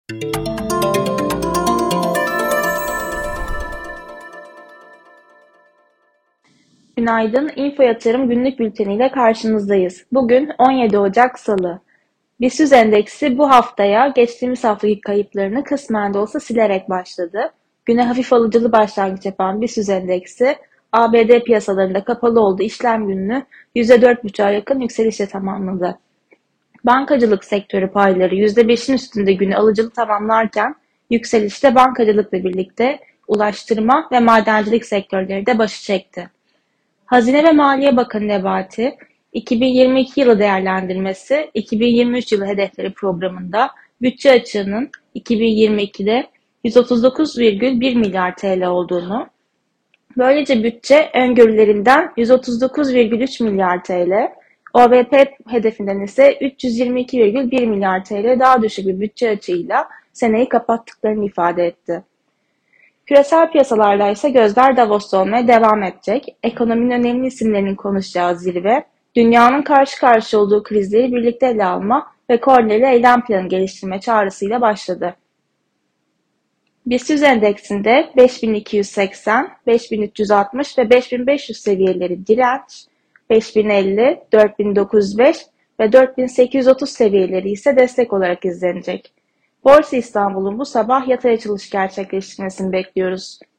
Günaydın, Info Yatırım günlük bülteniyle karşınızdayız. Bugün 17 Ocak Salı. BIST endeksi bu haftaya geçtiğimiz haftaki kayıplarını kısmen de olsa silerek başladı. Güne hafif alıcılı başlangıç yapan BIST endeksi, ABD piyasalarında kapalı olduğu işlem gününü %4,5'a yakın yükselişle tamamladı. Bankacılık sektörü payları %5'in üstünde günü alıcılı tamamlarken, yükselişte bankacılıkla birlikte ulaştırma ve madencilik sektörleri de başı çekti. Hazine ve Maliye Bakanı Nebati, 2022 yılı değerlendirmesi, 2023 yılı hedefleri programında bütçe açığının 2022'de 139,1 milyar TL olduğunu, böylece bütçe öngörülerinden 139,3 milyar TL, OVP hedefinden ise 322,1 milyar TL daha düşük bir bütçe açığıyla seneyi kapattıklarını ifade etti. Küresel piyasalarda ise gözler Davos'ta olmaya devam edecek. Ekonominin önemli isimlerinin konuşacağı zirve, dünyanın karşı karşıya olduğu krizleri birlikte ele alma ve koordineli eylem planı geliştirme çağrısıyla başladı. BIST endeksinde 5280, 5360 ve 5500 seviyeleri direnç, 5050, 4905 ve 4830 seviyeleri ise destek olarak izlenecek. Borsa İstanbul'un bu sabah yatay açılış gerçekleştirmesini bekliyoruz.